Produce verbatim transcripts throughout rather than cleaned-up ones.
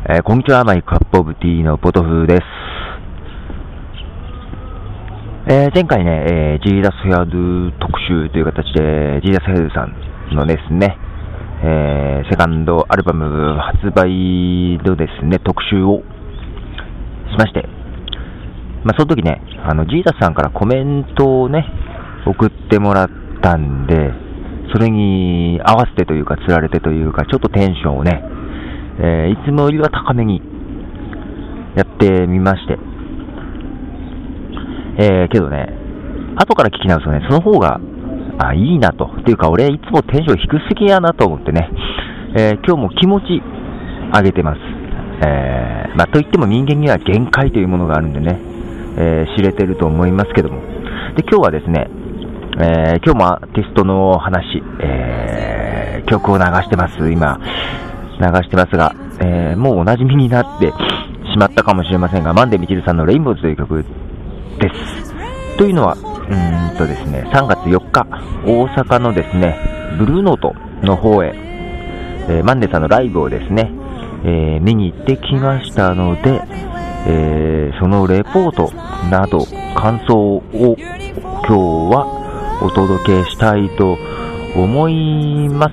えー、こんにちは、マイクアップオブティーのポトフです。えー、前回ね、えー、ジーザスヘアドゥ特集という形で、ジーザスヘアドゥさんのですね、えー、セカンドアルバム発売のですね、特集をしまして、まあ、その時ね、あの、ジーザスさんからコメントをね、送ってもらったんで、それに合わせてというか、つられてというか、ちょっとテンションをね、えー、いつもよりは高めにやってみまして、えー、けどね、後から聞き直すとね、その方があいいなと、っていうか俺いつもテンション低すぎやなと思ってね、えー、今日も気持ち上げてます。えー、まあといっても人間には限界というものがあるんでね、えー、知れてると思いますけども、で今日はですね、えー、今日もアーティストの話、えー、曲を流してます。今流してますが、えー、もうおなじみになってしまったかもしれませんが、マンデーみちるさんのレインボーズという曲です。というのは、うーんとですね、さんがつよっか、大阪のですね、ブルーノートの方へ、えー、マンデーさんのライブをですね、えー、見に行ってきましたので、えー、そのレポートなど、感想を今日はお届けしたいと思います。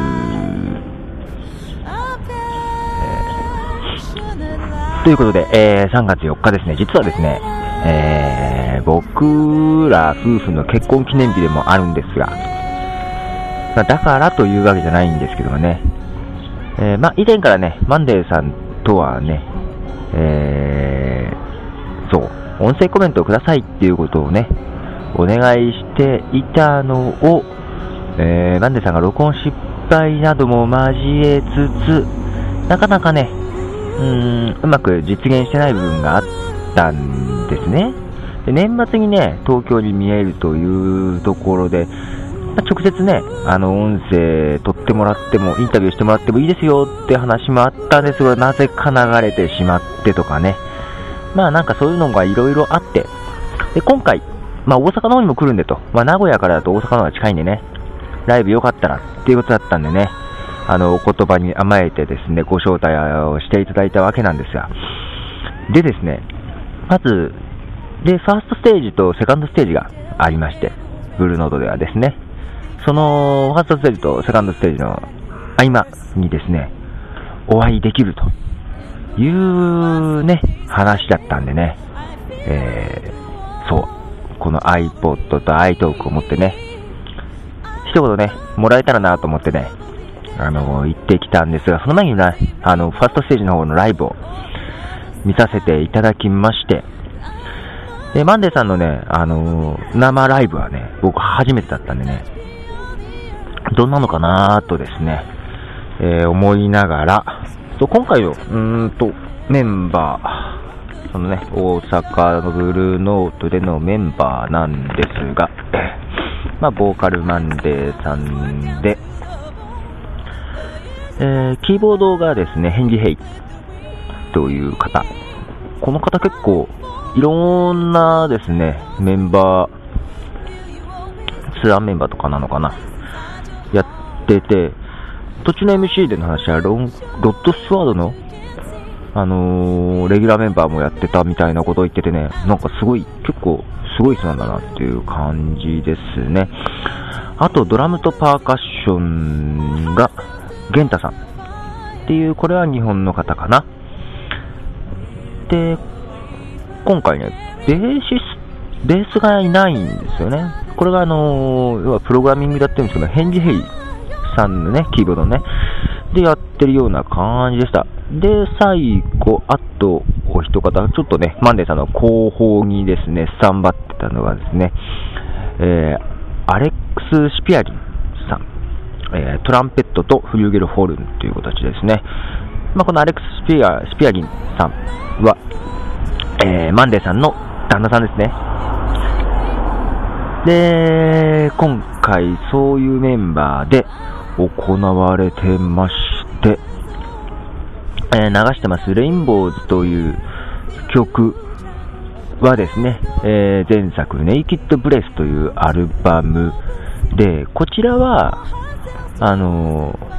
ということで、えー、さんがつよっかですね、実はですね、えー、僕ら夫婦の結婚記念日でもあるんですが、まあ、だからというわけじゃないんですけどもね、えー、まあ、以前からね、マンデーさんとはね、えー、そう、音声コメントをくださいっていうことをね、お願いしていたのを、えー、マンデーさんが録音失敗なども交えつつ、なかなかね、うーん、うまく実現してない部分があったんですね。で、年末にね、東京に見えるというところで、まあ、直接ね、あの、音声取ってもらっても、インタビューしてもらってもいいですよって話もあったんですが、なぜか流れてしまってとかね。まあなんかそういうのがいろいろあって、で、今回、まあ大阪の方にも来るんでと、まあ名古屋からだと大阪の方が近いんでね、ライブよかったらっていうことだったんでね、あの、お言葉に甘えてですね、ご招待をしていただいたわけなんですが、でですね、まず、で、ファーストステージとセカンドステージがありまして、ブルーノートではですね、その、ファーストステージとセカンドステージの合間にですね、お会いできるというね、話だったんでね、えー、そう、この iPod と iTalk を持ってね、一言ね、もらえたらなと思ってね、あの、行ってきたんですが、その前にね、あの、ファーストステージの方のライブを見させていただきまして、で、マンデーさんのね、あの、生ライブはね、僕初めてだったんでね、どんなのかなーとですね、えー、思いながら、と今回の、うーんと、メンバー、そのね、大阪のブルーノートでのメンバーなんですが、まあ、ボーカルマンデーさんで、えー、キーボードがですね、ヘンリー・ヘイという方。この方結構、いろんなですね、メンバー、ツアーメンバーとかなのかな、やってて、途中の エムシー での話はロン、ロッドスワードの、あのー、レギュラーメンバーもやってたみたいなことを言っててね、なんかすごい、結構すごい人なんだなっていう感じですね。あと、ドラムとパーカッションが、ゲンタさんっていう、これは日本の方かな。で、今回ね、ベーシス、ベースがいないんですよね。これがあのー、要はプログラミングだってるんですけど、ヘンリー・ヘイさんのね、キーボードね、でやってるような感じでした。で、最後、あと、お一方、ちょっとね、マンデーさんの後方にですね、スタンバってたのがですね、えー、アレックス・シピアリンさん。えー、トランペットとフリューゲルホルンという形ですね。まあ、このアレックス・スピア、スピアリンさんは、えー、マンデーさんの旦那さんですね。で、今回そういうメンバーで行われてまして、えー、流してますレインボーズという曲はですね、えー、前作ネイキッドブレスというアルバムで、こちらはあのー、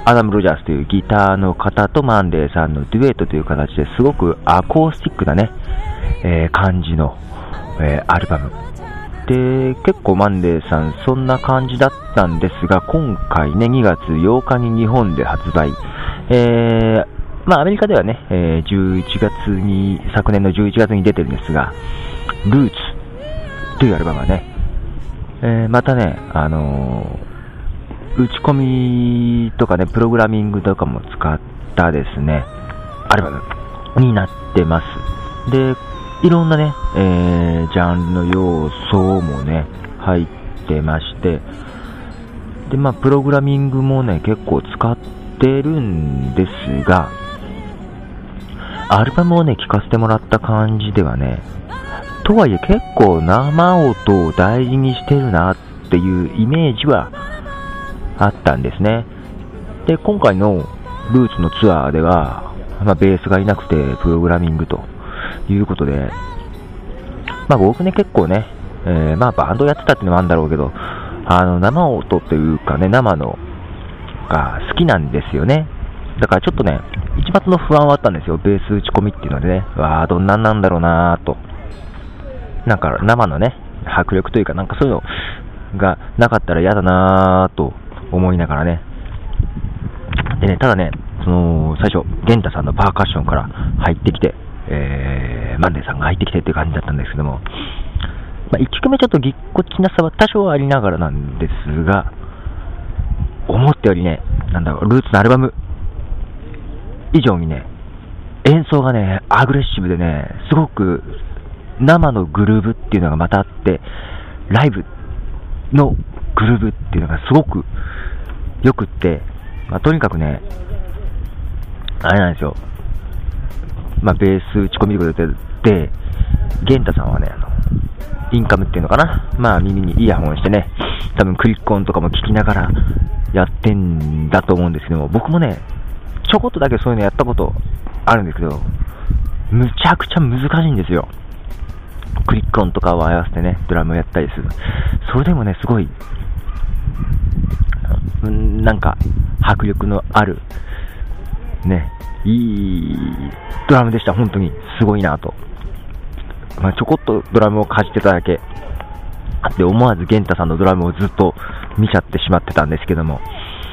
アダム・ロジャースというギターの方とマンデーさんのデュエットという形ですごくアコースティックなね、えー、感じの、えー、アルバムで、結構マンデーさんそんな感じだったんですが、今回ねにがつようかに日本で発売、えー、まあアメリカではね、えー、じゅういちがつに昨年のじゅういちがつに出てるんですが、ルーツというアルバムはね、えー、またね、あのー打ち込みとかね、プログラミングとかも使ったですね、アルバムになってます。で、いろんなね、えー、ジャンルの要素もね、入ってまして、で、まあ、プログラミングもね、結構使ってるんですが、アルバムをね、聴かせてもらった感じではね、とはいえ結構生音を大事にしてるなっていうイメージはあったんですね。で、今回のルーツのツアーでは、まあ、ベースがいなくてプログラミングということで、まあ僕ね結構ね、えー、まあバンドやってたっていうのもあるんだろうけど、あの生音というかね、生のが好きなんですよね。だからちょっとね、一発の不安はあったんですよ。ベース打ち込みっていうのでね、わーどんなんなんだろうなーと。なんか生のね、迫力というかなんかそういうのがなかったら嫌だなーと思いながらね。でね、ただね、その最初ゲンタさんのパーカッションから入ってきて、えー、マンデーさんが入ってきてっていう感じだったんですけども、まあ、いっきょくめちょっとぎっこちなさは多少ありながらなんですが、思ったよりね、なんだろう、ルーツのアルバム以上にね、演奏がねアグレッシブでね、すごく生のグルーブっていうのがまたあって、ライブのグルーブっていうのがすごくよくって、まあ、とにかくね、あれなんですよ、まあ、ベース打ち込みということで、ゲンタさんはね、あのインカムっていうのかな、まあ耳にイヤホンしてね、多分クリックオンとかも聞きながらやってんだと思うんですけども、僕もね、ちょこっとだけそういうのやったことあるんですけど、むちゃくちゃ難しいんですよ。クリックオンとかを合わせてね、ドラムをやったりする。それでもね、すごい、なんか迫力のあるね、いいドラムでした。本当にすごいなと。まあ、ちょこっとドラムをかじってただけで、思わずゲンタさんのドラムをずっと見ちゃってしまってたんですけども、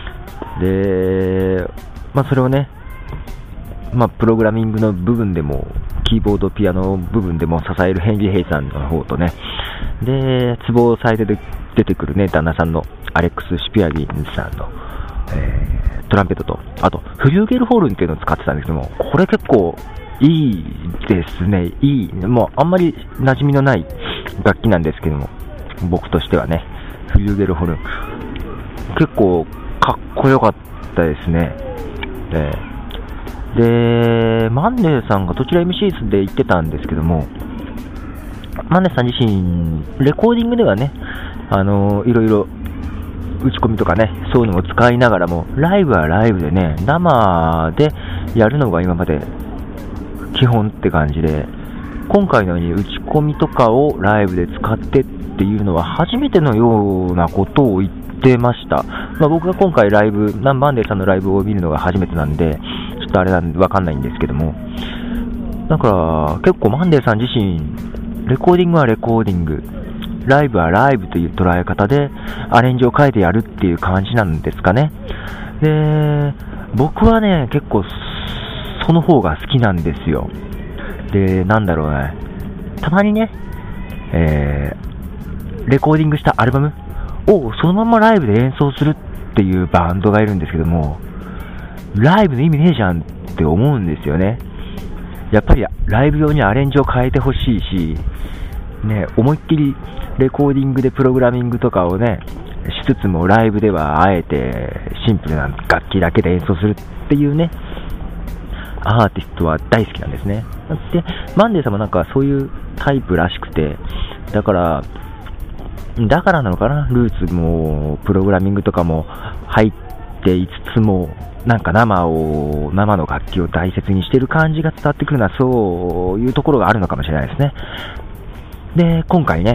で、まあ、それをね、まあ、プログラミングの部分でもキーボードピアノ部分でも支えるヘンリー・ヘイさんの方とね、でツボをサイドで出てくるね旦那さんのアレックス・シピアギンさんの、えー、トランペットと、あとフリューゲルホルンっていうのを使ってたんですけども、これ結構いいですね。いい、もうあんまり馴染みのない楽器なんですけども、僕としてはね、フリューゲルホルン結構かっこよかったですね。でで、マンデーさんがどちら エムシー で言ってたんですけども、マンデーさん自身、レコーディングではね、あのー、いろいろ打ち込みとかね、そういうのも使いながらも、ライブはライブでね、生でやるのが今まで基本って感じで、今回のように打ち込みとかをライブで使ってっていうのは初めてのようなことを言ってました。まあ、僕が今回ライブ、マンデーさんのライブを見るのが初めてなんで、ちょっとあれなんでわかんないんですけども、だから結構マンデーさん自身、レコーディングはレコーディング、ライブはライブという捉え方でアレンジを変えてやるっていう感じなんですかね。で、僕はね、結構その方が好きなんですよ。で、なんだろうね、たまにね、えー、レコーディングしたアルバムをそのままライブで演奏するっていうバンドがいるんですけども、ライブの意味ねえじゃんって思うんですよね。やっぱりライブ用にアレンジを変えてほしいし、ね、思いっきりレコーディングでプログラミングとかをねしつつも、ライブではあえてシンプルな楽器だけで演奏するっていうね、アーティストは大好きなんですね。で、マンデーさんもなんかそういうタイプらしくて、だからだからなのかな、ルーツもプログラミングとかも入っていつつも、なんか生を生の楽器を大切にしている感じが伝わってくるのは、そういうところがあるのかもしれないですね。で、今回ね、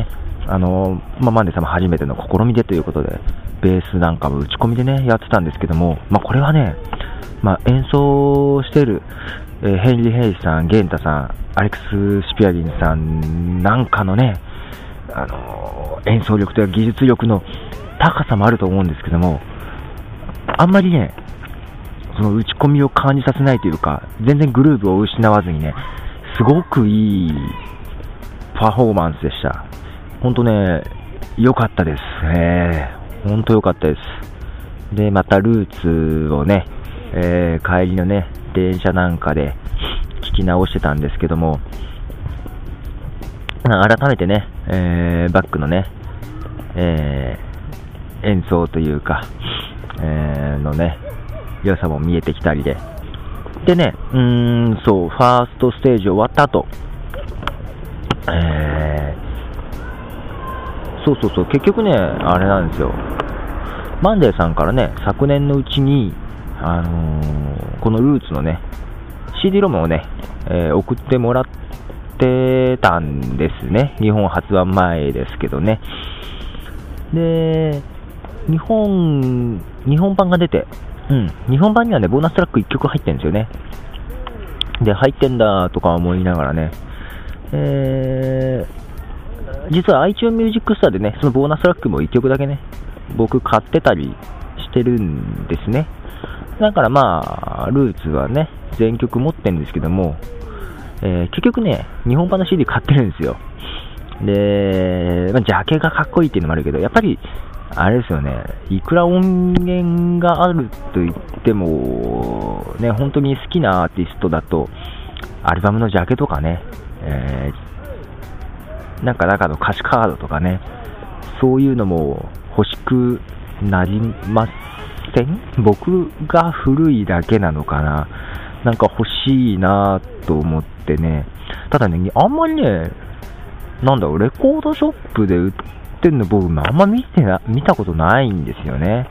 あのまあ、マンデさんも初めての試みでということで、ベースなんかも打ち込みでね、やってたんですけども、まあ、これはね、まあ、演奏している、えー、ヘンリー・ヘイさん、ゲンタさん、アレックス・シピアリンさんなんかのね、あのー、演奏力というか技術力の高さもあると思うんですけども、あんまりね、その打ち込みを感じさせないというか、全然グルーヴを失わずにね、すごくいいパフォーマンスでした。本当ね、良かったですね。本当良かったです。で、またルーツをね、えー、帰りのね、電車なんかで聞き直してたんですけども、改めてね、えー、バックのね、えー、演奏というか、えー、のね、良さも見えてきたりで。でね、うーん、そう、ファーストステージ終わった後、えー、そうそうそう、結局ね、あれなんですよ。マンデーさんからね、昨年のうちに、あのー、このルーツのね、シーディー ロムをね、えー、送ってもらってたんですね。日本発売前ですけどね。で、日本、日本版が出て、うん、日本版にはね、ボーナストラックいっきょく入ってるんですよね。で、入ってんだとか思いながらね、えー、実は iTunes Music Store でね、そのボーナストラックもいっきょくだけね、僕買ってたりしてるんですね。だからまあ、ルーツはね、全曲持ってるんですけども、えー、結局ね、日本版の シーディー 買ってるんですよ。で、まあ、ジャケがかっこいいっていうのもあるけど、やっぱり、あれですよね、いくら音源があると言っても、ね、本当に好きなアーティストだと、アルバムのジャケとかね、えー、なんか中の歌詞カードとかね、そういうのも欲しくなりません？僕が古いだけなのかな。なんか欲しいなと思ってね。ただね、あんまりね、なんだろう、レコードショップで売ってんの僕あんま見てな、見たことないんですよね。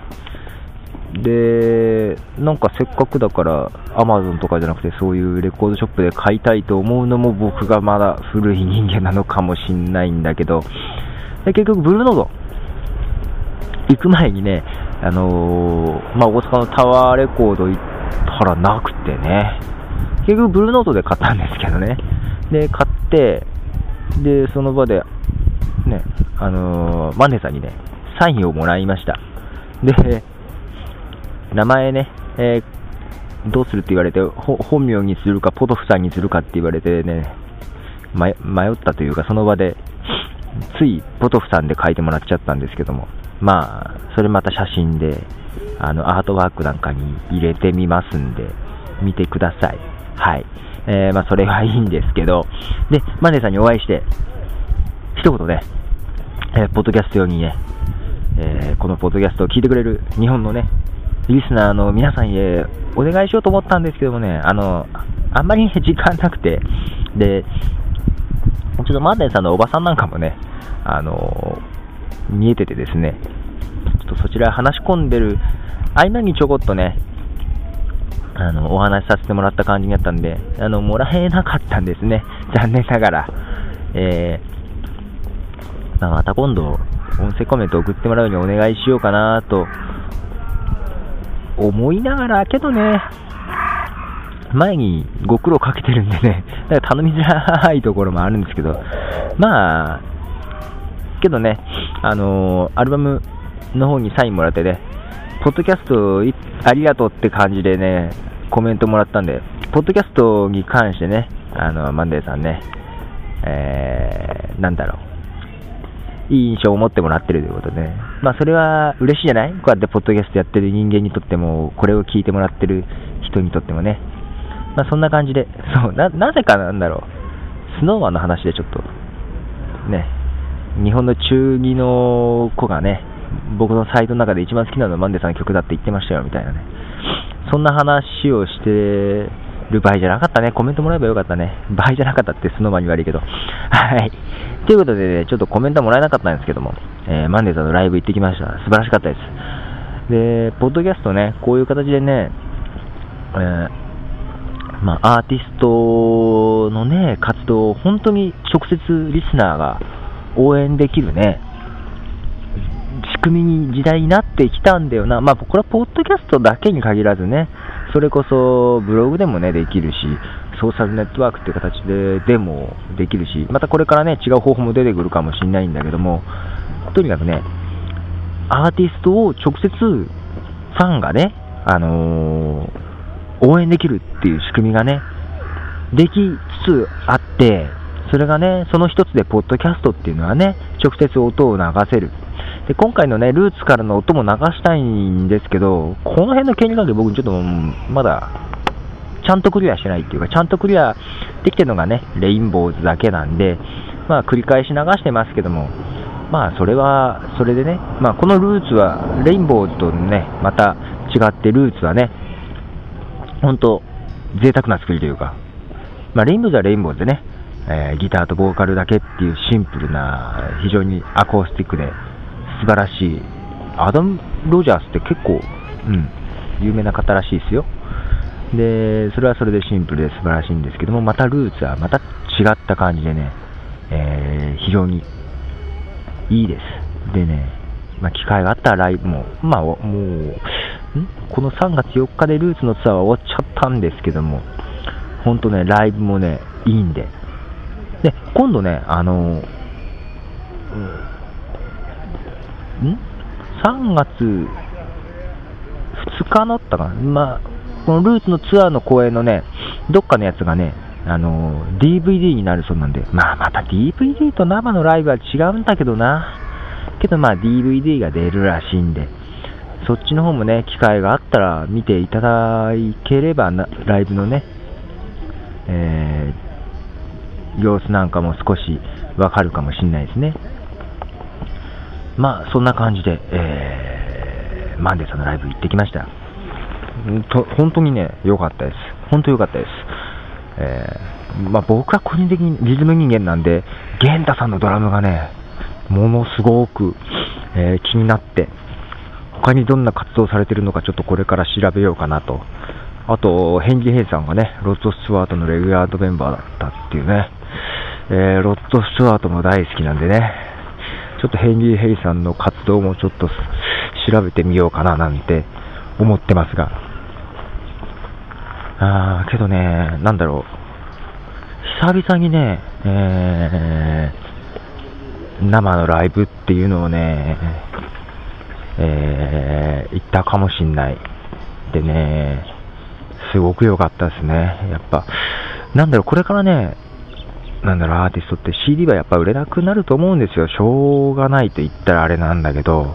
で、なんかせっかくだから Amazon とかじゃなくてそういうレコードショップで買いたいと思うのも僕がまだ古い人間なのかもしんないんだけど、で結局ブルーノード行く前にね、あのー、まあ、大阪のタワーレコード行ったらなくてね、結局ブルーノートで買ったんですけどね。で、買って、で、その場で、ね、あのー、マネさんにね、サインをもらいました。で、名前ね、えー、どうするって言われて、本名にするか、ポトフさんにするかって言われてね、迷ったというか、その場で、ついポトフさんで書いてもらっちゃったんですけども、まあ、それまた写真で、あの、アートワークなんかに入れてみますんで、見てください。はい。えー、まあ、それはいいんですけど、で、マネさんにお会いして、一言ね、えー、ポッドキャスト用にね、えー、このポッドキャストを聞いてくれる日本のね、リスナーの皆さんへお願いしようと思ったんですけどもね、あの、あんまり、ね、時間なくて、で、ちょっとマーテンさんのおばさんなんかもね、あのー、見えててですね、ちょっとそちら話し込んでる合間にちょこっとね、あの、お話しさせてもらった感じになったんで、あの、もらえなかったんですね。残念ながら。えー、まあ、また今度、音声コメント送ってもらうようにお願いしようかなと、思いながら、けどね、前にご苦労かけてるんでね、だから頼みづらいところもあるんですけど、まあ、けどね、あのー、アルバムの方にサインもらってね、ポッドキャストありがとうって感じでね、コメントもらったんで、ポッドキャストに関してね、あの、マンデーさんね、えー、なんだろう、いい印象を持ってもらってるということで、ね、まあそれは嬉しいじゃない？こうやってポッドキャストやってる人間にとっても、これを聞いてもらってる人にとってもね、まあそんな感じで、そう、な、なぜかなんだろう、スノーマンの話でちょっと、ね、日本の中二の子がね、僕のサイトの中で一番好きなのはマンデさんの曲だって言ってましたよみたいなね、そんな話をしてる場合じゃなかったね。コメントもらえばよかったね。場合じゃなかったってスノーマンに悪いけどはい、ということで、ね、ちょっとコメントもらえなかったんですけども、えー、マンデさんのライブ行ってきました。素晴らしかったです。で、ポッドキャストね、こういう形でね、えーまあ、アーティストのね、活動を本当に直接リスナーが応援できるね、仕組みに時代になってきたんだよな。まあこれはポッドキャストだけに限らずね、それこそブログでもねできるし、ソーシャルネットワークっていう形ででもできるし、またこれからね違う方法も出てくるかもしれないんだけども、とにかくねアーティストを直接ファンがね、あのー、応援できるっていう仕組みがねできつつあって、それがねその一つでポッドキャストっていうのはね直接音を流せる。で今回のねルーツからの音も流したいんですけど、この辺の権利関係僕ちょっとまだちゃんとクリアしてないっていうか、ちゃんとクリアできてるのがねレインボーズだけなんで、まあ繰り返し流してますけども、まあそれはそれでね、まあこのルーツはレインボーズとねまた違って、ルーツはね本当贅沢な作りというか、まあレインボーズはレインボーズでね、えー、ギターとボーカルだけっていうシンプルな非常にアコースティックで素晴らしい。アダム・ロジャースって結構、うん、有名な方らしいですよ。でそれはそれでシンプルで素晴らしいんですけども、またルーツはまた違った感じでね、えー、非常にいいです。でね、まあ、機会があったらライブも、まあ、もうんこのさんがつよっかでルーツのツアーは終わっちゃったんですけども、ほんとねライブもねいいんで、で今度ねあの、うんんさんがつふつかだったかな、まあ、このルーツのツアーの公演のねどっかのやつがね、あの ディーブイディー になるそうなんで、まあまた ディーブイディー と生のライブは違うんだけどな、けどまあ ディーブイディー が出るらしいんで、そっちの方もね機会があったら見ていただければな、ライブのね、えー、様子なんかも少しわかるかもしれないですね。まあそんな感じで、えー、マンデーさんのライブ行ってきました。と本当にね良かったです。本当良かったです。えー、まあ僕は個人的にリズム人間なんで、ゲンタさんのドラムがねものすごく、えー、気になって、他にどんな活動されてるのかちょっとこれから調べようかなと。あとヘンリー・ヘイさんがねロッド・スチュワートのレギュラードメンバーだったっていうね、えー、ロッド・スチュワートも大好きなんでね、ちょっとヘンリー・ヘイさんの活動もちょっと調べてみようかななんて思ってますが、あーけどね、なんだろう、久々にね、えー、生のライブっていうのをね、えー、行ったかもしんないでね、すごく良かったですね。やっぱなんだろう、これからね、なんだろう、アーティストって シーディー はやっぱ売れなくなると思うんですよ。しょうがないと言ったらあれなんだけど、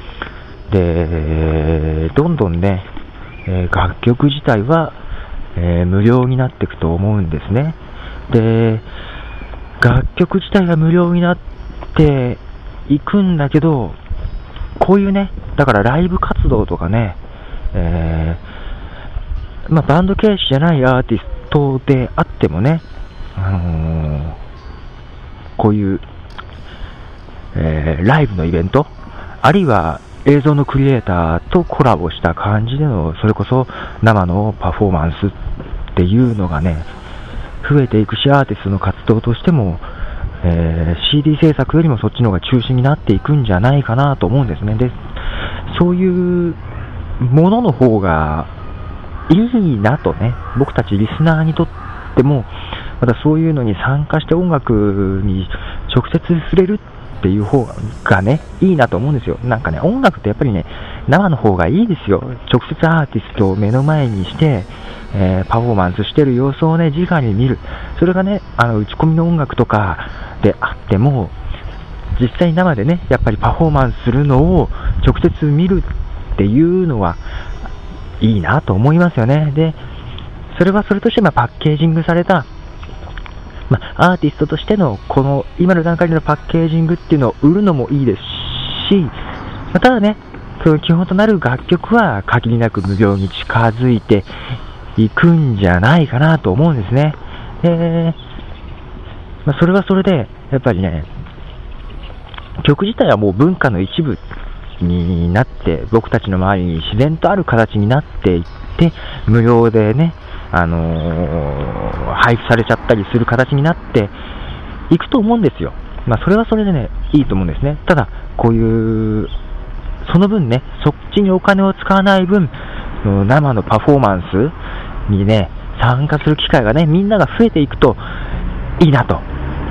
でどんどんね、えー、楽曲自体は、えー、無料になっていくと思うんですね。で楽曲自体が無料になっていくんだけど、こういうね、だからライブ活動とかね、えーまあ、バンド形式じゃないアーティストであってもね、あのー、こういう、えー、ライブのイベント、あるいは映像のクリエイターとコラボした感じでの、それこそ生のパフォーマンスっていうのがね増えていくし、アーティストの活動としても、えー、シーディー 制作よりもそっちの方が中心になっていくんじゃないかなと思うんですね。でそういうものの方がいいなとね、僕たちリスナーにとってもまたそういうのに参加して音楽に直接触れるっていう方がねいいなと思うんですよ。なんかね、音楽ってやっぱりね生の方がいいですよ。直接アーティストを目の前にして、えー、パフォーマンスしてる様子をね直に見る、それがねあの打ち込みの音楽とかであっても、実際生でねやっぱりパフォーマンスするのを直接見るっていうのはいいなと思いますよね。でそれはそれとしてまあパッケージングされた、まあ、アーティストとしてのこの今の段階でのパッケージングっていうのを売るのもいいですし、まあ、ただねその基本となる楽曲は限りなく無料に近づいていくんじゃないかなと思うんですね。で、まあ、それはそれでやっぱりね、曲自体はもう文化の一部になって僕たちの周りに自然とある形になっていって、無料でねあのー、配布されちゃったりする形になっていくと思うんですよ。 まあ、それはそれでね、いいと思うんですね。ただ、こういう、その分ね、そっちにお金を使わない分、生のパフォーマンスにね、参加する機会がね、みんなが増えていくといいなと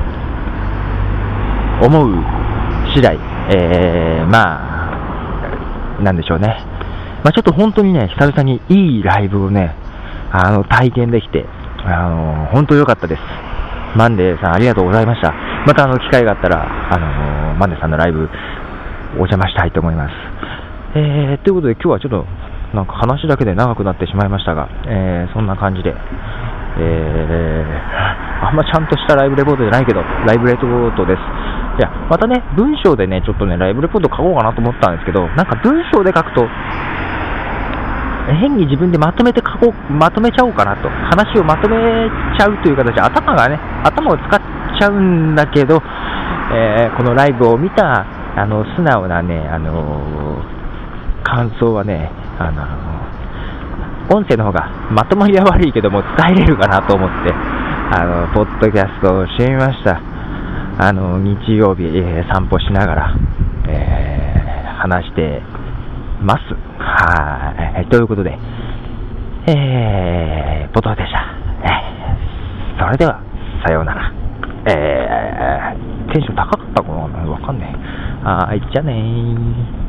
思う次第、えー、まあ、なんでしょうね。まあ、ちょっと本当にね、久々にいいライブをね、あの、体験できて、あの、本当良かったです。マンデーさんありがとうございました。またあの、機会があったら、あの、マンデーさんのライブ、お邪魔したいと思います。えー、ということで今日はちょっと、なんか話だけで長くなってしまいましたが、えー、そんな感じで、えー、あんまちゃんとしたライブレポートじゃないけど、ライブレポートです。いや、またね、文章でね、ちょっとね、ライブレポート書こうかなと思ったんですけど、なんか文章で書くと、変に自分でまとめて書こう、まとめちゃおうかなと、話をまとめちゃうという形で、頭がね、頭を使っちゃうんだけど、えー、このライブを見た、あの、素直なね、あのー、感想はね、あのー、音声の方がまとまりは悪いけども伝えれるかなと思って、あの、ポッドキャストをしてみました。あの、日曜日、えー、散歩しながら、えー、話してます。はい。ということで、えー、ポトフでした。えー、それでは、さようなら。えー、テンション高かったかなわかんない。はい、じゃあねー。